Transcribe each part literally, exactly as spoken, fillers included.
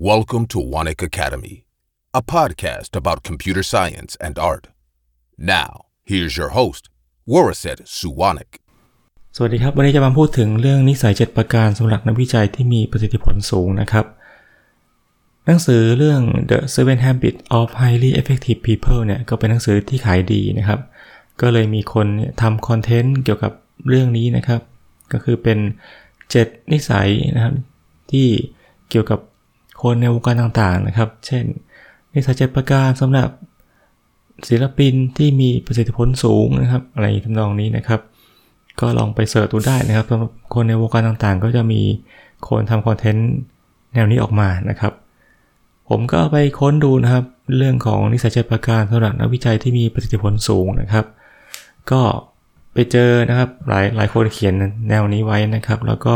Welcome to Wanik Academy, a podcast about computer science and art. Now, here's your host, Woraset Suwanik. สวัสดีครับวันนี้จะมาพูดถึงเรื่องนิสัยเจ็ดประการสำหรับนักวิจัยที่มีประสิทธิผลสูงนะครับหนังสือเรื่อง The Seven Habits of Highly Effective People เนี่ยก็เป็นหนังสือที่ขายดีนะครับก็เลยมีคนทำคอนเทนต์เกี่ยวกับเรื่องนี้นะครับก็คือเป็นเจ็ดนิสัยนะครับที่เกี่ยวกับคนในวงการต่างๆนะครับเช่นนิสัยเจ็ดประการสำหรับศิลปินที่มีประสิทธิผลสูงนะครับอะไรทำนองนี้นะครับก็ลองไปเสิร์ชดูได้นะครับสำหรับคนในวงการต่างๆก็จะมีคนทำคอนเทนต์แนวนี้ออกมานะครับผมก็ไปค้นดูนะครับเรื่องของนิสัยเจ็ดประการสำหรับนักวิจัยที่มีประสิทธิผลสูงนะครับก็ไปเจอนะครับหลายหลายคนเขียนแนวนี้ไว้นะครับแล้วก็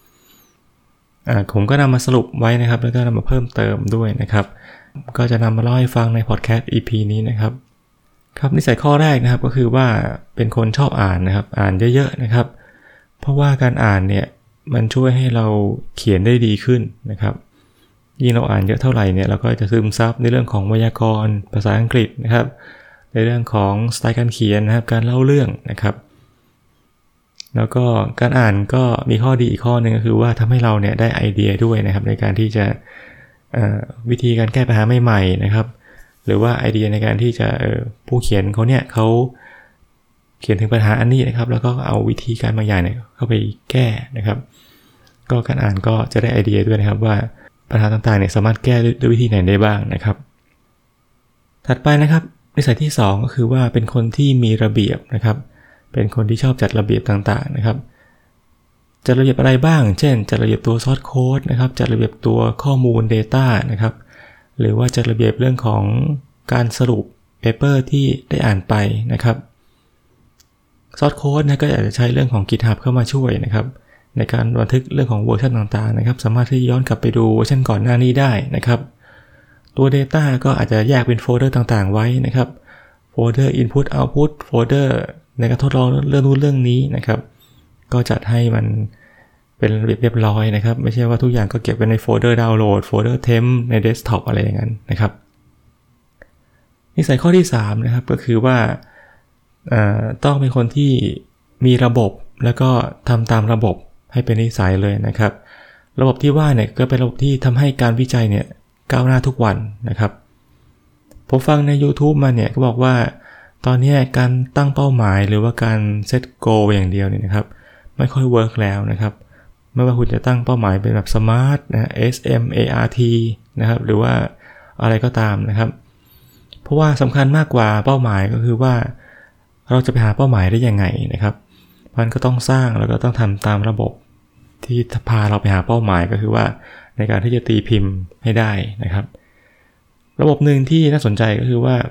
ผมก็นำมาสรุปไว้นะครับแล้วก็นำมาเพิ่มเติมด้วยนะครับก็จะนำมาเล่าให้ฟังในพอดแคสต์ อี พี นี้นะครับครับนิสัยข้อแรกนะครับก็คือว่าเป็นคนชอบอ่านนะครับอ่านเยอะๆนะครับเพราะว่าการอ่านเนี่ยมันช่วยให้เราเขียนได้ดีขึ้นนะครับยิ่งเราอ่านเยอะเท่าไหร่เนี่ยเราก็จะซึมซับในเรื่องของไวยากรณ์ภาษาอังกฤษนะครับในเรื่องของสไตล์การเขียนนะครับการเล่าเรื่องนะครับแล้วก็การอ่านก็มีข้อดีอีกข้อนึงก็คือว่าทำให้เราเนี่ยได้ไอเดียด้วยนะครับในการที่จะวิธีการแก้ปัญหาใหม่ๆนะครับหรือว่าไอเดียในการที่จะผู้เขียนเขาเนี่ยเขาเขียนถึงปัญหาอันนี้นะครับแล้วก็เอาวิธีการบางอย่างเนี่ยเข้าไปแก้นะครับก็การอ่านก็จะได้ไอเดียด้วยนะครับว่าปัญหาต่างๆเนี่ยสามารถแก้ด้วยวิธีไหนได้บ้างนะครับถัดไปนะครับนิสัยที่สองก็คือว่าเป็นคนที่มีระเบียบนะครับเป็นคนที่ชอบจัดระเบียบต่างๆนะครับจัดระเบียบอะไรบ้างเช่นจัดระเบียบตัวซอสโค้ดนะครับจัดระเบียบตัวข้อมูล data นะครับหรือว่าจัดระเบียบเรื่องของการสรุปเปเปอร์ที่ได้อ่านไปนะครับซอสโค้ดนะก็อาจจะใช้เรื่องของ GitHub เข้ามาช่วยนะครับในการบันทึกเรื่องของเวอร์ชันต่างๆนะครับสามารถที่ย้อนกลับไปดูเวอร์ชันก่อนหน้านี้ได้นะครับตัว data ก็อาจจะแยกเป็นโฟลเดอร์ต่างๆไว้นะครับโฟลเดอร์ input output โฟลเดอร์ในการทดลองเรื่องนู้นเรื่องนี้นะครับก็จัดให้มันเป็นระเบียบเรียบร้อยนะครับไม่ใช่ว่าทุกอย่างก็เก็บไว้ในโฟลเดอร์ดาวน์โหลดโฟลเดอร์เทมในเดสก์ท็อปอะไรอย่างนั้นนะครับนิสัยข้อที่สามนะครับก็คือว่าต้องเป็นคนที่มีระบบแล้วก็ทำตามระบบให้เป็นนิสัยเลยนะครับระบบที่ว่าเนี่ยก็เป็นระบบที่ทำให้การวิจัยเนี่ยก้าวหน้าทุกวันนะครับผมฟังใน YouTube มาเนี่ยก็บอกว่าตอนนี้การตั้งเป้าหมายหรือว่าการเซตโกลอย่างเดียวเนี่ยนะครับไม่ค่อยเวิร์กแล้วนะครับไม่ว่าคุณจะตั้งเป้าหมายเป็นแบบสมาร์ทนะ เอส เอ็ม เอ อาร์ ที นะครับหรือว่าอะไรก็ตามนะครับเพราะว่าสำคัญมากกว่าเป้าหมายก็คือว่าเราจะไปหาเป้าหมายได้ยังไงนะครับมันก็ต้องสร้างแล้วก็ต้องทำตามระบบที่พาเราไปหาเป้าหมายก็คือว่าในการที่จะตีพิมพ์ให้ได้นะครับระบบหนึ่งที่น่าสนใจก็คือว่า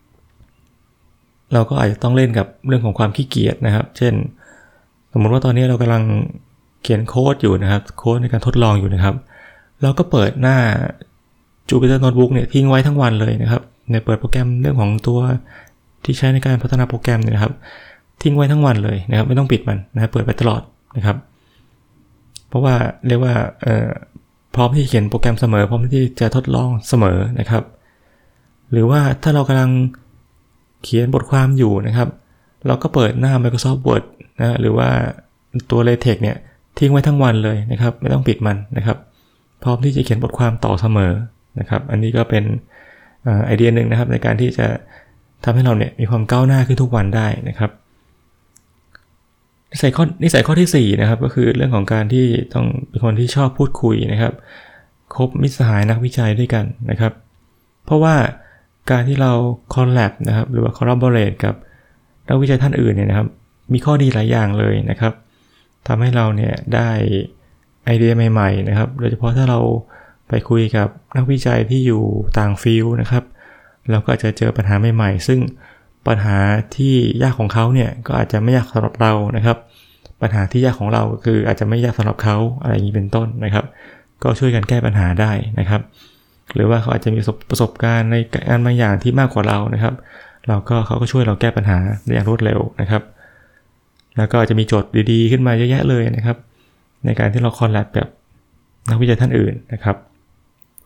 เราก็อาจจะต้องเล่นกับเรื่องของความขี้เกียจนะครับเช่นสมมติว่าตอนนี้เรากำลังเขียนโค้ดอยู่นะครับโค้ดในการทดลองอยู่นะครับเราก็เปิดหน้า Jupyter Notebook เนี่ยทิ้งไว้ทั้งวันเลยนะครับในเปิดโปรแกรมเรื่องของตัวที่ใช้ในการพัฒนาโปรแกรมเนี่ยนะครับทิ้งไว้ทั้งวันเลยนะครับไม่ต้องปิดมันนะครับเปิดไปตลอดนะครับเพราะว่าเรียกว่าเอ่อพร้อมที่จะเขียนโปรแกรมเสมอพร้อมที่จะทดลองเสมอนะครับหรือว่าถ้าเรากำลังเขียนบทความอยู่นะครับเราก็เปิดหน้า Microsoft Word นะหรือว่าตัว LaTeX เนี่ยทิ้งไว้ทั้งวันเลยนะครับไม่ต้องปิดมันนะครับพร้อมที่จะเขียนบทความต่อเสมอนะครับอันนี้ก็เป็นไอเดียหนึ่งนะครับในการที่จะทำให้เราเนี่ยมีความก้าวหน้าขึ้นทุกวันได้นะครับนิสัยข้อนิสัยข้อที่สี่นะครับก็คือเรื่องของการที่ต้องเป็นคนที่ชอบพูดคุยนะครับคบมิตรสหายนักวิจัยด้วยกันนะครับเพราะว่าการที่เราคอลแลบนะครับหรือว่าคอลลาบอเรทกับนักวิจัยท่านอื่นเนี่ยนะครับมีข้อดีหลายอย่างเลยนะครับทำให้เราเนี่ยได้ไอเดียใหม่ๆนะครับโดยเฉพาะถ้าเราไปคุยกับนักวิจัยที่อยู่ต่างฟิลด์นะครับเราก็อาจจะเจอปัญหาใหม่ๆซึ่งปัญหาที่ยากของเขาเนี่ยก็อาจจะไม่ยากสำหรับเรานะครับปัญหาที่ยากของเราคืออาจจะไม่ยากสำหรับเขาอะไรอย่างนี้เป็นต้นนะครับก็ช่วยกันแก้ปัญหาได้นะครับหรือว่าเขาอาจจะมีประสบการณ์ในงานบางอย่างที่มากกว่าเรานะครับเราก็เขาก็ช่วยเราแก้ปัญหาได้อย่างรวดเร็วนะครับแล้วก็จะมีโจทย์ดีๆขึ้นมาเยอะแยะเลยนะครับในการที่เราคอลแลบกับนักวิจัยท่านอื่นนะครับ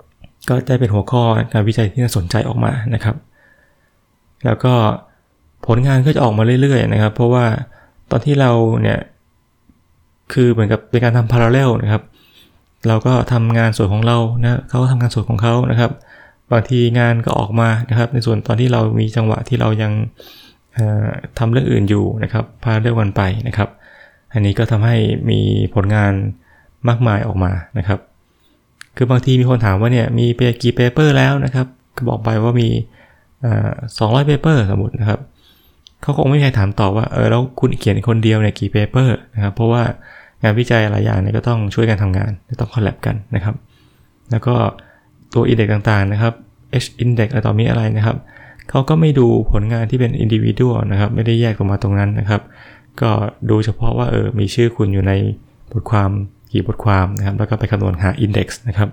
ก็ได้เป็นหัวข้องานวิจัยที่น่าสนใจออกมานะครับแล้วก็ผลงานก็จะออกมาเรื่อยๆนะครับเพราะว่าตอนที่เราเนี่ยคือเหมือนกับเป็นการทำ parallel นะครับเราก็ทำงานส่วนของเรานะเขาก็ทำงานส่วนของเขานะครับบางทีงานก็ออกมานะครับในส่วนตอนที่เรามีจังหวะที่เรายังทำเรื่องอื่นอยู่นะครับพาเรื่องวันไปนะครับอันนี้ก็ทำให้มีผลงานมากมายออกมานะครับคือบางทีมีคนถามว่าเนี่ยมีกี่เปเปอร์แล้วนะครับก็บอกไปว่ามีสองร้อยเปเปอร์สมมุตินะครับเขาคงไม่มีใครถามต่อว่าเออแล้วคุณเขียนคนเดียวเนี่ยกี่เปเปอร์นะครับเพราะว่างานวิจัยหลายอย่างเนี่ยก็ต้องช่วยกันทำงานต้องคอลแลบกันนะครับแล้วก็ตัว index ต่างๆนะครับ H index อะไรต่อมีอะไรนะครับเขาก็ไม่ดูผลงานที่เป็น individual นะครับไม่ได้แยกออกมาตรงนั้นนะครับก็ดูเฉพาะว่าเออมีชื่อคุณอยู่ในบทความกี่บทความนะครับแล้วก็ไปคำนวณหา index นะครับ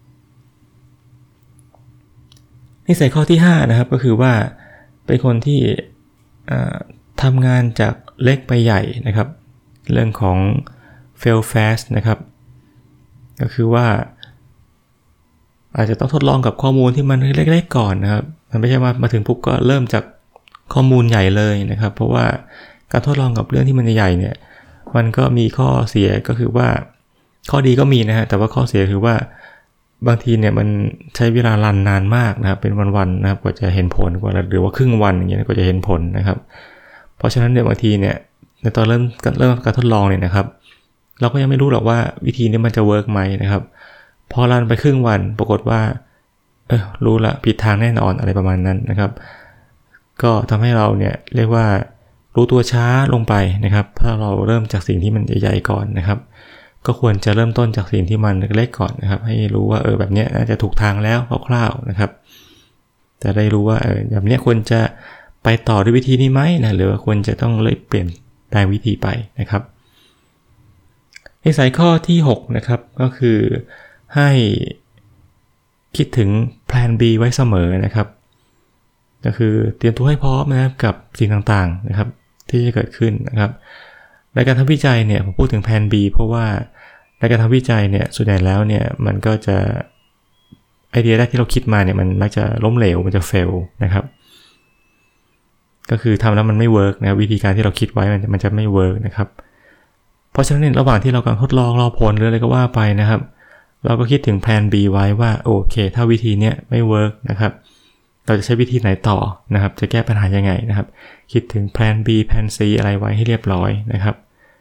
นิสัยข้อที่ห้านะครับก็คือว่าเป็นคนที่ทำงานจากเล็กไปใหญ่นะครับเรื่องของ fail fast นะครับก็คือว่าอาจจะต้องทดลองกับข้อมูลที่มันเล็กๆก่อนนะครับมันไม่ใช่ว่ามาถึงปุ๊บก็เริ่มจากข้อมูลใหญ่เลยนะครับเพราะว่าการทดลองกับเรื่องที่มันใหญ่เนี่ยมันก็มีข้อเสียก็คือว่าข้อดีก็มีนะฮะแต่ว่าข้อเสียคือว่าบางทีเนี่ยมันใช้เวลารันนานมากนะครับเป็นวันๆนะครับกว่าจะเห็นผลกว่าหรือว่าครึ่งวันอย่างเงี้ยกว่าจะเห็นผลนะครับเพราะฉะนั้นเนี่ยบางทีเนี่ยในตอนเริ่มเริ่มการทดลองเนี่ยนะครับเราก็ยังไม่รู้หรอกว่าวิธีนี้มันจะเวิร์กไหมนะครับพอรันไปครึ่งวันปรากฏว่าเออรู้ละผิดทางแน่นอนอะไรประมาณนั้นนะครับก็ทำให้เราเนี่ยเรียกว่ารู้ตัวช้าลงไปนะครับถ้าเราเริ่มจากสิ่งที่มันใหญ่ๆก่อนนะครับก็ควรจะเริ่มต้นจากสิ่งที่มันเล็กๆก่อนนะครับให้รู้ว่าเออแบบนี้น่าจะถูกทางแล้วคร่าวๆนะครับจะได้รู้ว่าเออแบบนี้ควรจะไปต่อด้วยวิธีนี้ไหมนะหรือว่าควรจะต้องเลยเปลี่ยนแปลงวิธีไปนะครับนิสัยข้อที่หกนะครับก็คือให้คิดถึงแพลน B ไว้เสมอนะครับก็คือเตรียมตัวให้พร้อมนะครับกับสิ่งต่างๆนะครับที่จะเกิดขึ้นนะครับในการทำวิจัยเนี่ยผมพูดถึงแพลน B เพราะว่าในการทำวิจัยเนี่ยส่วนใหญ่แล้วเนี่ยมันก็จะไอเดียแรกที่เราคิดมาเนี่ยมันมักจะล้มเหลวมันจะเฟลนะครับก็คือทำแล้วมันไม่เวิร์กนะวิธีการที่เราคิดไว้มันมันจะไม่เวิร์กนะครับเพราะฉะนั้นระหว่างที่เรากำลังทดลองรอผลหรืออะไรก็ว่าไปนะครับเราก็คิดถึงแพลน B ไว้ว่าโอเคถ้าวิธีเนี้ยไม่เวิร์กนะครับเราจะใช้วิธีไหนต่อนะครับจะแก้ปัญหายังไงนะครับคิดถึงแพลน B แพลน C อะไรไว้ให้เรียบร้อยนะครับ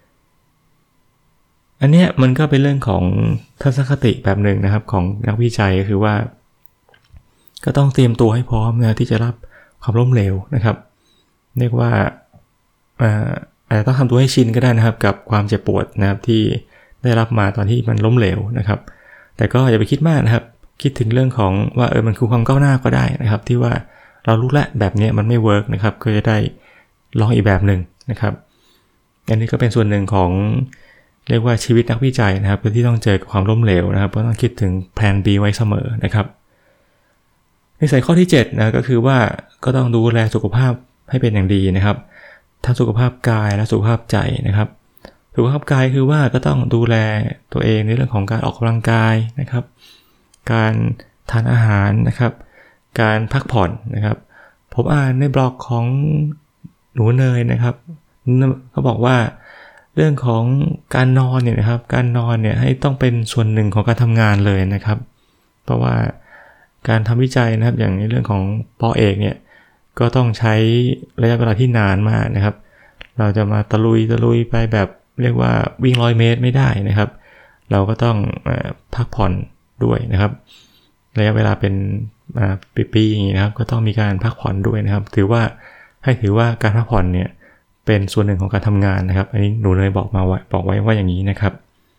อันเนี้ยมันก็เป็นเรื่องของทัศนคติแบบหนึ่งนะครับของนักวิจัยก็คือว่าก็ต้องเตรียมตัวให้พร้อมนะที่จะรับความล้มเหลวนะครับเรียกว่าอาจจะต้องทำตัวให้ชินก็ได้นะครับกับความเจ็บปวดนะครับที่ได้รับมาตอนที่มันล้มเหลวนะครับแต่ก็อย่าไปคิดมากนะครับคิดถึงเรื่องของว่าเออมันคือความก้าวหน้าก็ได้นะครับที่ว่าเรารู้แล้วแบบนี้มันไม่เวิร์กนะครับก็จะได้ลองอีกแบบหนึ่งนะครับอันนี้ก็เป็นส่วนหนึ่งของเรียกว่าชีวิตนักวิจัยนะครับที่ต้องเจอกับความล้มเหลวนะครับก็ต้องคิดถึงแพลน B ไว้เสมอนะครับนิสัยข้อที่เจ็ดนะก็คือว่าก็ต้องดูแลสุขภาพให้เป็นอย่างดีนะครับทั้งสุขภาพกายและสุขภาพใจนะครับสุขภาพกายคือว่าก็ต้องดูแลตัวเองในเรื่องของการออกกำลังกายนะครับการทานอาหารนะครับการพักผ่อนนะครับผมอ่านในบล็อกของหนูเนยนะครับเขาบอกว่าเรื่องของการนอนเนี่ยนะครับการนอนเนี่ยให้ต้องเป็นส่วนหนึ่งของการทำงานเลยนะครับเพราะว่าการทำวิจัยนะครับอย่างในเรื่องของป.เอกเนี่ยก็ต้องใช้ระยะเวลาที่นานมากนะครับเราจะมาตะลุยตะลุยไปแบบเรียกว่าวิ่งร้อยเมตรไม่ได้นะครับเราก็ต้องพักผ่อนด้วยนะครับระยะเวลาเป็นปีๆอย่างนี้นะครับก็ต้องมีการพักผ่อนด้วยนะครับถือว่าให้ถือว่าการพักผ่อนเนี่ยเป็นส่วนหนึ่งของการทำงานนะครับอันนี้หนูเลยบอกมาไว้บอกไว้ว่าอย่างนี้นะครับ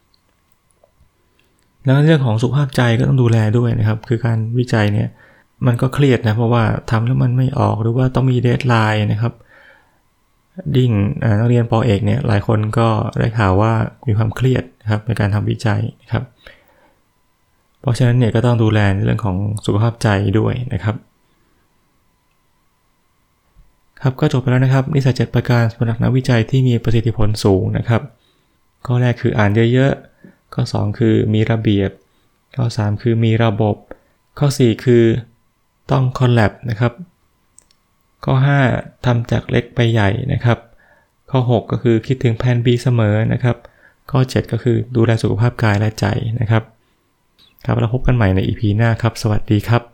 แล้วเรื่องของสุขภาพใจก็ต้องดูแลด้วยนะครับคือการวิจัยเนี่ยมันก็เครียดนะเพราะว่าทำแล้วมันไม่ออกหรือว่าต้องมีเดดไลน์นะครับดิ่งนักเรียนป.เอกเนี่ยหลายคนก็ได้ข่าวว่ามีความเครียดนะครับในการทำวิจัยนะครับเพราะฉะนั้นเนี่ยก็ต้องดูแลในเรื่องของสุขภาพใจด้วยนะครับครับก็จบไปแล้วนะครับนิสัยเจ็ดประการสำหรับนักวิจัยที่มีประสิทธิผลสูงนะครับข้อแรกคืออ่านเยอะๆข้อสองคือมีระเบียบข้อสามคือมีระบบข้อสี่คือต้องคอลแลบนะครับข้อห้าทำจากเล็กไปใหญ่นะครับข้อหกก็คือคิดถึงแผน B เสมอนะครับข้อเจ็ดก็คือดูแลสุขภาพกายและใจนะครับครับเราพบกันใหม่ใน อี พี หน้าครับสวัสดีครับ